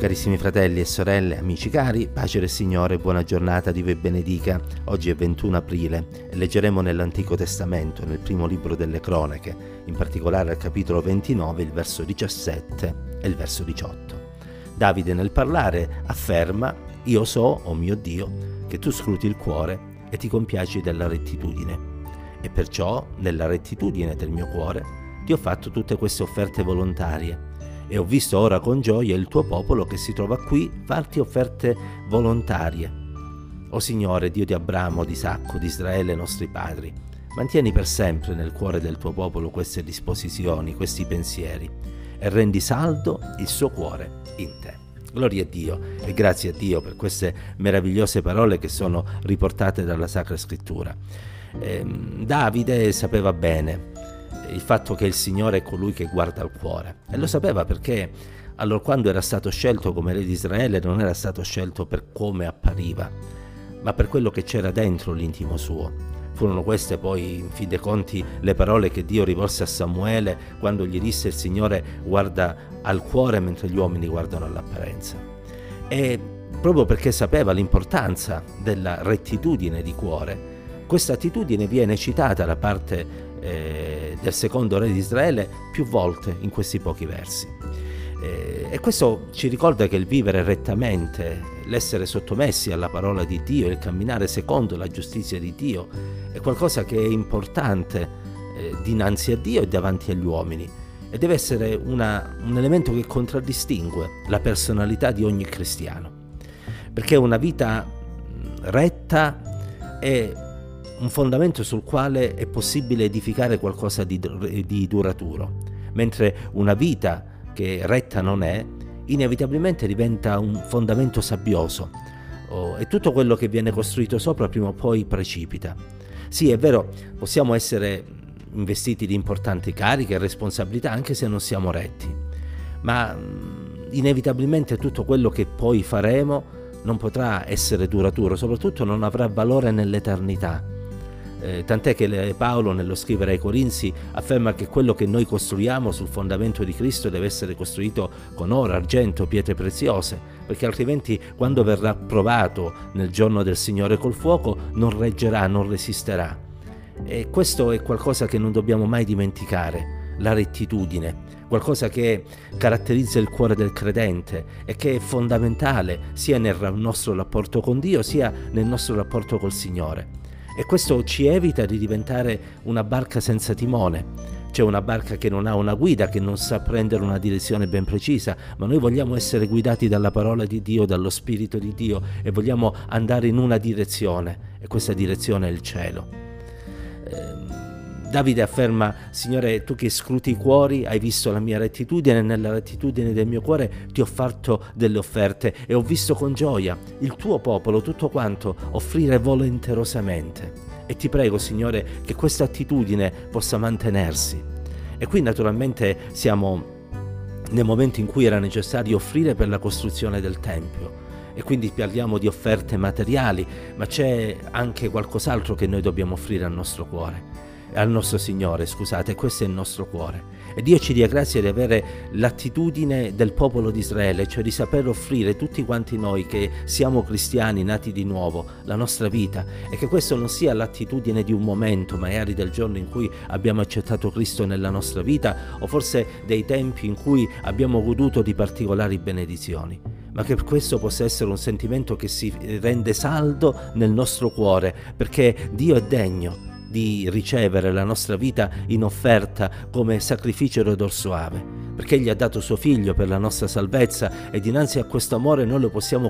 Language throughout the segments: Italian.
Carissimi fratelli e sorelle, amici cari, pace del Signore, buona giornata, Dio vi benedica. Oggi è 21 aprile e leggeremo nell'Antico Testamento, nel primo libro delle Cronache, in particolare al capitolo 29, il verso 17 e il verso 18. Davide nel parlare afferma: «Io so, o mio Dio, che tu scruti il cuore e ti compiaci della rettitudine. E perciò, nella rettitudine del mio cuore, ti ho fatto tutte queste offerte volontarie. E ho visto ora con gioia il tuo popolo che si trova qui farti offerte volontarie. O Signore, Dio di Abramo, di Isacco, di Israele, nostri padri, mantieni per sempre nel cuore del tuo popolo queste disposizioni, questi pensieri, e rendi saldo il suo cuore in te». Gloria a Dio e grazie a Dio per queste meravigliose parole che sono riportate dalla Sacra Scrittura. Davide sapeva bene il fatto che il Signore è colui che guarda al cuore, e lo sapeva perché allora quando era stato scelto come re di Israele non era stato scelto per come appariva, ma per quello che c'era dentro l'intimo suo. Furono queste poi in fin dei conti le parole che Dio rivolse a Samuele quando gli disse: il Signore guarda al cuore mentre gli uomini guardano all'apparenza. E proprio perché sapeva l'importanza della rettitudine di cuore, questa attitudine viene citata da parte del secondo re di Israele più volte in questi pochi versi. E questo ci ricorda che il vivere rettamente, l'essere sottomessi alla parola di Dio, il camminare secondo la giustizia di Dio è qualcosa che è importante dinanzi a Dio e davanti agli uomini, e deve essere un elemento che contraddistingue la personalità di ogni cristiano, perché una vita retta è un fondamento sul quale è possibile edificare qualcosa di duraturo, mentre una vita che retta non è, inevitabilmente diventa un fondamento sabbioso, e tutto quello che viene costruito sopra prima o poi precipita. Sì, è vero, possiamo essere investiti di importanti cariche e responsabilità anche se non siamo retti, ma inevitabilmente tutto quello che poi faremo non potrà essere duraturo, soprattutto non avrà valore nell'eternità. Tant'è che Paolo, nello scrivere ai Corinzi, afferma che quello che noi costruiamo sul fondamento di Cristo deve essere costruito con oro, argento, pietre preziose, perché altrimenti quando verrà provato nel giorno del Signore col fuoco non reggerà, non resisterà. E questo è qualcosa che non dobbiamo mai dimenticare, la rettitudine, qualcosa che caratterizza il cuore del credente e che è fondamentale sia nel nostro rapporto con Dio sia nel nostro rapporto col Signore. E questo ci evita di diventare una barca senza timone, cioè una barca che non ha una guida, che non sa prendere una direzione ben precisa, ma noi vogliamo essere guidati dalla parola di Dio, dallo Spirito di Dio, e vogliamo andare in una direzione, e questa direzione è il cielo. Davide afferma: Signore, tu che scruti i cuori, hai visto la mia rettitudine, e nella rettitudine del mio cuore ti ho fatto delle offerte, e ho visto con gioia il tuo popolo tutto quanto offrire volenterosamente. E ti prego, Signore, che questa attitudine possa mantenersi. E qui naturalmente siamo nel momento in cui era necessario offrire per la costruzione del Tempio, e quindi parliamo di offerte materiali, ma c'è anche qualcos'altro che noi dobbiamo offrire al nostro cuore, al nostro Signore, scusate, questo è il nostro cuore. E Dio ci dia grazia di avere l'attitudine del popolo di Israele, cioè di saper offrire tutti quanti noi che siamo cristiani nati di nuovo la nostra vita, e che questo non sia l'attitudine di un momento, magari del giorno in cui abbiamo accettato Cristo nella nostra vita, o forse dei tempi in cui abbiamo goduto di particolari benedizioni, ma che questo possa essere un sentimento che si rende saldo nel nostro cuore, perché Dio è degno di ricevere la nostra vita in offerta come sacrificio d'odor soave, perché Egli ha dato suo Figlio per la nostra salvezza, e dinanzi a questo amore noi lo possiamo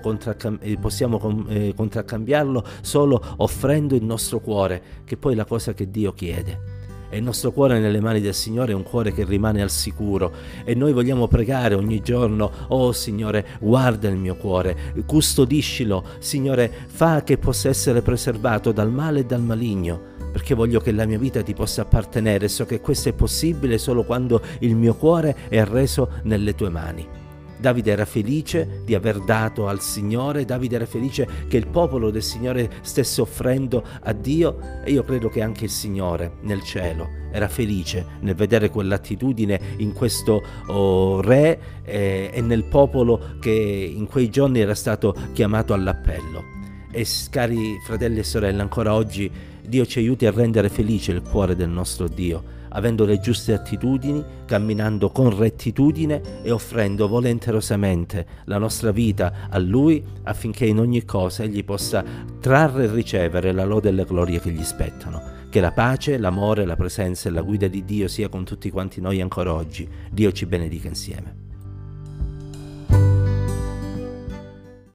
contraccambiarlo solo offrendo il nostro cuore, che poi è la cosa che Dio chiede. E il nostro cuore nelle mani del Signore è un cuore che rimane al sicuro, e noi vogliamo pregare ogni giorno: oh Signore, guarda il mio cuore, custodiscilo, Signore, fa che possa essere preservato dal male e dal maligno, perché voglio che la mia vita ti possa appartenere. So che questo è possibile solo quando il mio cuore è reso nelle tue mani. Davide era felice di aver dato al Signore, Davide era felice che il popolo del Signore stesse offrendo a Dio, e io credo che anche il Signore nel cielo era felice nel vedere quell'attitudine in questo re e nel popolo che in quei giorni era stato chiamato all'appello. E cari fratelli e sorelle, ancora oggi Dio ci aiuti a rendere felice il cuore del nostro Dio, avendo le giuste attitudini, camminando con rettitudine e offrendo volenterosamente la nostra vita a Lui, affinché in ogni cosa Egli possa trarre e ricevere la lode e le glorie che gli spettano. Che la pace, l'amore, la presenza e la guida di Dio sia con tutti quanti noi ancora oggi. Dio ci benedica insieme.